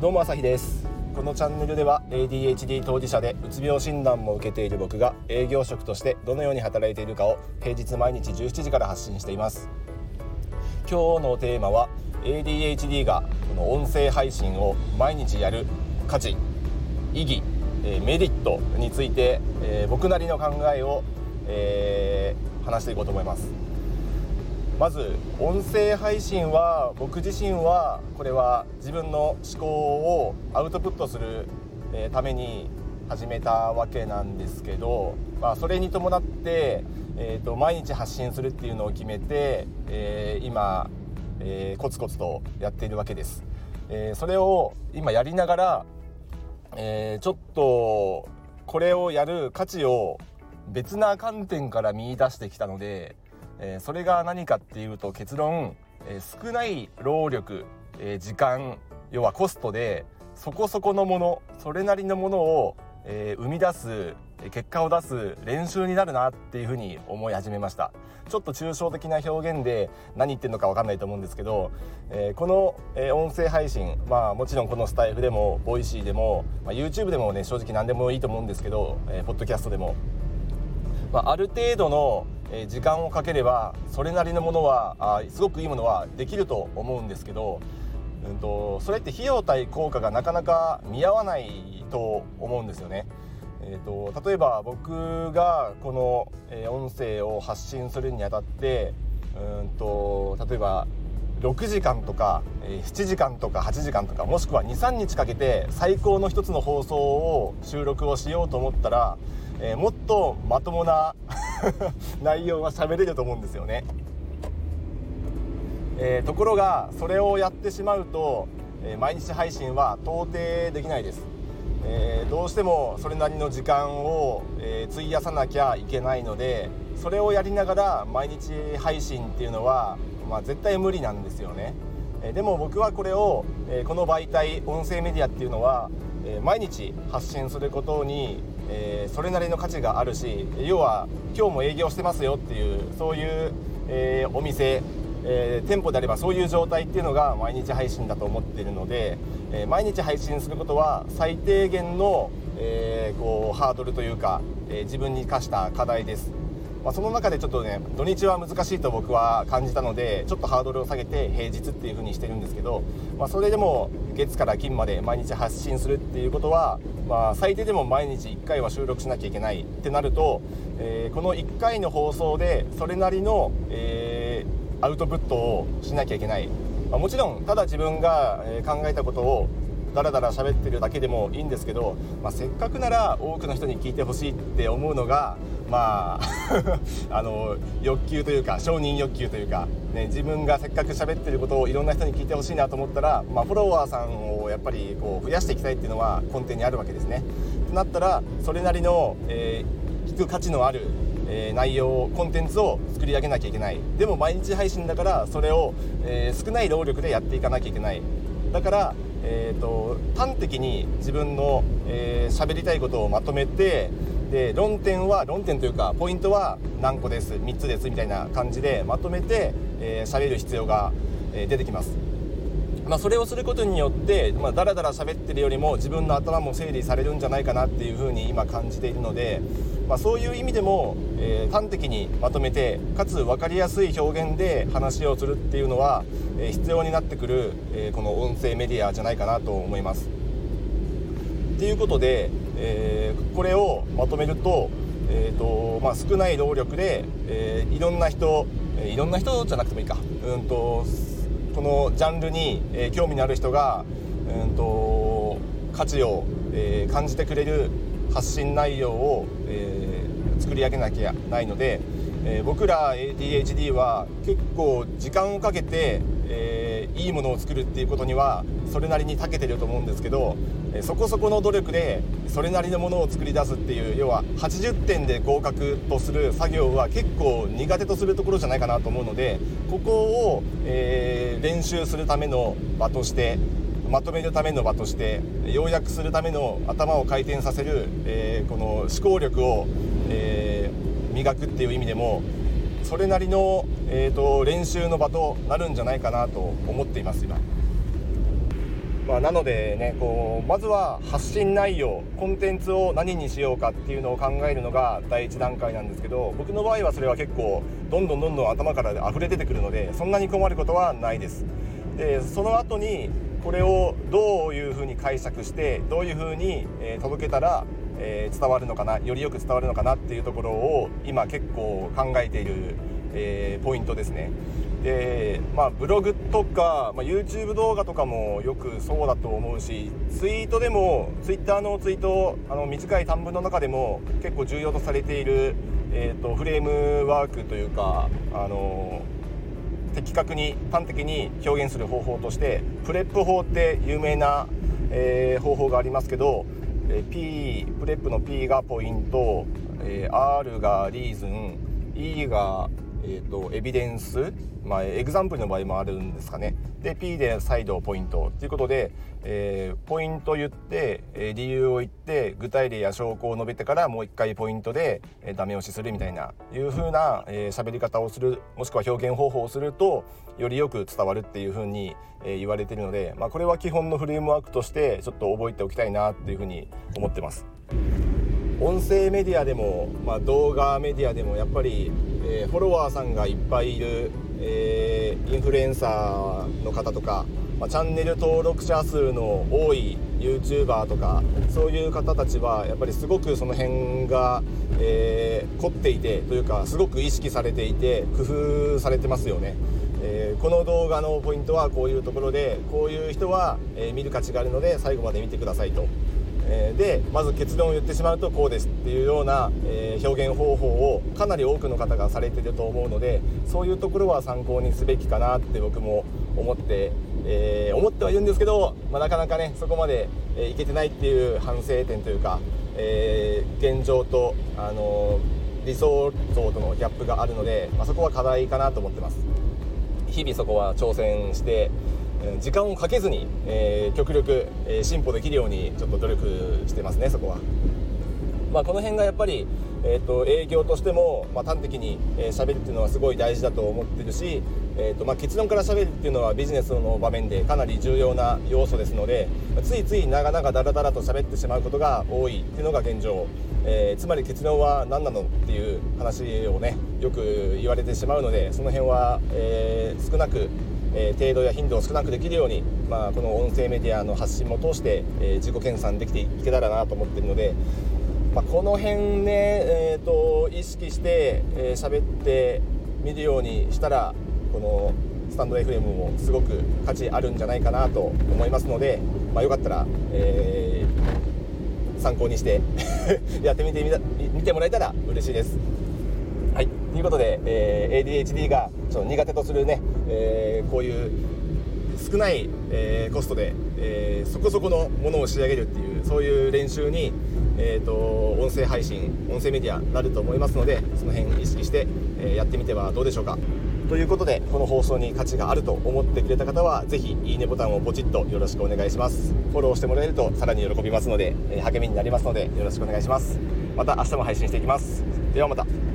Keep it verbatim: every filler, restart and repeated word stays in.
どうも朝日です。このチャンネルでは エーディーエイチディー 当事者でうつ病診断も受けている僕が営業職としてどのように働いているかを平日毎日じゅうしちじから発信しています。今日のテーマは エーディーエイチディー がこの音声配信を毎日やる価値、意義、メリットについて、えー、僕なりの考えを、えー、話していこうと思います。まず音声配信は僕自身はこれは自分の思考をアウトプットするために始めたわけなんですけど、まあ、それに伴って、えーと、毎日発信するっていうのを決めて、えー、今、えー、コツコツとやっているわけです。えー、それを今やりながら、えー、ちょっとこれをやる価値を別な観点から見出してきたので、えー、それが何かっていうと結論、えー、少ない労力、えー、時間、要はコストでそこそこのもの、それなりのものを、えー、生み出す、結果を出す練習になるなっていうふうに思い始めました。ちょっと抽象的な表現で何言ってるのか分かんないと思うんですけど、えー、この、えー、音声配信、まあもちろんこのスタイフでもボイシーでも、まあ、YouTube でもね正直何でもいいと思うんですけど、えー、ポッドキャストでも、まあ、ある程度の時間をかければそれなりのものはあすごくいいものはできると思うんですけど、うんと、それって費用対効果がなかなか見合わないと思うんですよね。えーと、例えば僕がこの、えー、音声を発信するにあたって、うんと例えばろくじかんとか、えー、しちじかんとかはちじかんとかもしくは にさんにちかけて最高の一つの放送を収録をしようと思ったら、えー、もっとまともな内容は喋れると思うんですよね。えー、ところがそれをやってしまうと、えー、毎日配信は到底できないです。えー、どうしてもそれなりの時間を、えー、費やさなきゃいけないので、それをやりながら毎日配信っていうのは、まあ、絶対無理なんですよね。えー、でも僕はこれを、えー、この媒体音声メディアっていうのは、えー、毎日発信することに、えー、それなりの価値があるし、要は今日も営業してますよっていうそういう、えー、お店、えー、店舗であればそういう状態っていうのが毎日配信だと思っているので、えー、毎日配信することは最低限の、えー、こうハードルというか、えー、自分に課した課題です。まあ、その中でちょっとね土日は難しいと僕は感じたので、ちょっとハードルを下げて平日っていう風にしてるんですけど、まあ、それでも月から金まで毎日発信するっていうことは、まあ、最低でも毎日いっかいは収録しなきゃいけないってなると、えー、このいっかいの放送でそれなりの、えー、アウトプットをしなきゃいけない。まあ、もちろんただ自分が考えたことをだらだら喋ってるだけでもいいんですけど、まあ、せっかくなら多くの人に聞いてほしいって思うのがまああの欲求というか承認欲求というか、ね、自分がせっかく喋ってることをいろんな人に聞いてほしいなと思ったら、まあ、フォロワーさんをやっぱりこう増やしていきたいっていうのは根底にあるわけですね。となったらそれなりの、えー、聞く価値のあるえー、内容コンテンツを作り上げなきゃいけない。でも毎日配信だからそれを、えー、少ない労力でやっていかなきゃいけない。だから、えーと、端的に自分の喋、えー、りたいことをまとめて、で論点は論点というかポイントは何個です、みっつですみたいな感じでまとめて喋、えー、る必要が、えー、出てきます。まあ、それをすることによって、まあ、だらだら喋ってるよりも自分の頭も整理されるんじゃないかなっていうふうに今感じているので、まあ、そういう意味でも、えー、端的にまとめてかつ分かりやすい表現で話をするっていうのは、えー、必要になってくる、えー、この音声メディアじゃないかなと思います。ということで、えー、これをまとめると、えーとまあ、少ない労力で、えー、いろんな人、えー、いろんな人じゃなくてもいいか、うんとこのジャンルに、えー、興味のある人が、うんと価値を、えー、感じてくれる発信内容を、えー、作り上げなきゃないので、えー、僕ら エーディーエイチディー は結構時間をかけて、えー、いいものを作るっていうことにはそれなりに長けてると思うんですけど、えー、そこそこの努力でそれなりのものを作り出すっていう、要ははちじゅってんで合格とする作業は結構苦手とするところじゃないかなと思うので、ここを、えー、練習するための場として、まとめるための場として、要約するための頭を回転させる、えー、この思考力を、えー、磨くっていう意味でもそれなりの、えーと、練習の場となるんじゃないかなと思っています今。 まあ、なのでねこうまずは発信内容コンテンツを何にしようかっていうのを考えるのが第一段階なんですけど、僕の場合はそれは結構どんどんどんどん頭から溢れ出てくるのでそんなに困ることはないです。でその後にこれをどういうふうに解釈してどういうふうに、えー、届けたら、えー、伝わるのかなよりよく伝わるのかなっていうところを今結構考えている、えー、ポイントですね。でまあ、ブログとか、まあ、YouTube 動画とかもよくそうだと思うし、ツイートでも Twitter のツイートあの短い短文の中でも結構重要とされている、えーと、フレームワークというかあの的確に端的に表現する方法としてプレップ法って有名な、えー、方法がありますけど、えー、P プレップの P がポイント、えー、R がリーズン E がえーと、エビデンス、まあ、エグザンプルの場合もあるんですかね。で P で再度ポイントということで、えー、ポイント言って、えー、理由を言って具体例や証拠を述べてからもう一回ポイントで、えー、ダメ押しするみたいないう風な喋、えー、り方をする、もしくは表現方法をするとよりよく伝わるっていう風に、えー、言われているので、まあ、これは基本のフレームワークとしてちょっと覚えておきたいなっていう風に思ってます。音声メディアでも、まあ、動画メディアでもやっぱり、えー、フォロワーさんがいっぱいいる、えー、インフルエンサーの方とか、まあ、チャンネル登録者数の多い YouTuber とかそういう方たちはやっぱりすごくその辺が、えー、凝っていてというかすごく意識されていて工夫されてますよね。えー、この動画のポイントはこういうところでこういう人は、えー、見る価値があるので最後まで見てくださいと。でまず結論を言ってしまうとこうですっていうような、えー、表現方法をかなり多くの方がされていると思うので、そういうところは参考にすべきかなって僕も思って、えー、思ってはいるんですけど、まあ、なかなかねそこまで、えー、いけてないっていう反省点というか、えー、現状と、あのー、理想像とのギャップがあるので、まあ、そこは課題かなと思ってます。日々そこは挑戦して時間をかけずに、えー、極力、えー、進歩できるようにちょっと努力してますね。そこは、まあ、この辺がやっぱり、えー、と営業としても、まあ、端的に喋、えー、るっていうのはすごい大事だと思ってるし、えーとまあ、結論から喋るっていうのはビジネスの場面でかなり重要な要素ですので、ついつい長々だらだらと喋ってしまうことが多いっていうのが現状、えー、つまり結論は何なのっていう話をねよく言われてしまうので、その辺は、えー、少なくえー、程度や頻度を少なくできるように、まあ、この音声メディアの発信も通して、えー、自己研鑽できていけたらなと思っているので、まあ、この辺ね、えー、と意識して喋、えー、ってみるようにしたらこのスタンド エフエム もすごく価値あるんじゃないかなと思いますので、まあ、よかったら、えー、参考にしてやってみてみた見てもらえたら嬉しいです。はい、ということで、えー、エーディーエイチディー がちょっと苦手とするね、えー、こういう少ない、えー、コストで、えー、そこそこのものを仕上げるっていうそういう練習に、えー、と音声配信音声メディアなると思いますので、その辺意識して、えー、やってみてはどうでしょうか。ということでこの放送に価値があると思ってくれた方はぜひいいねボタンをポチッとよろしくお願いします。フォローしてもらえるとさらに喜びますので、えー、励みになりますのでよろしくお願いします。また明日も配信していきます。ではまた。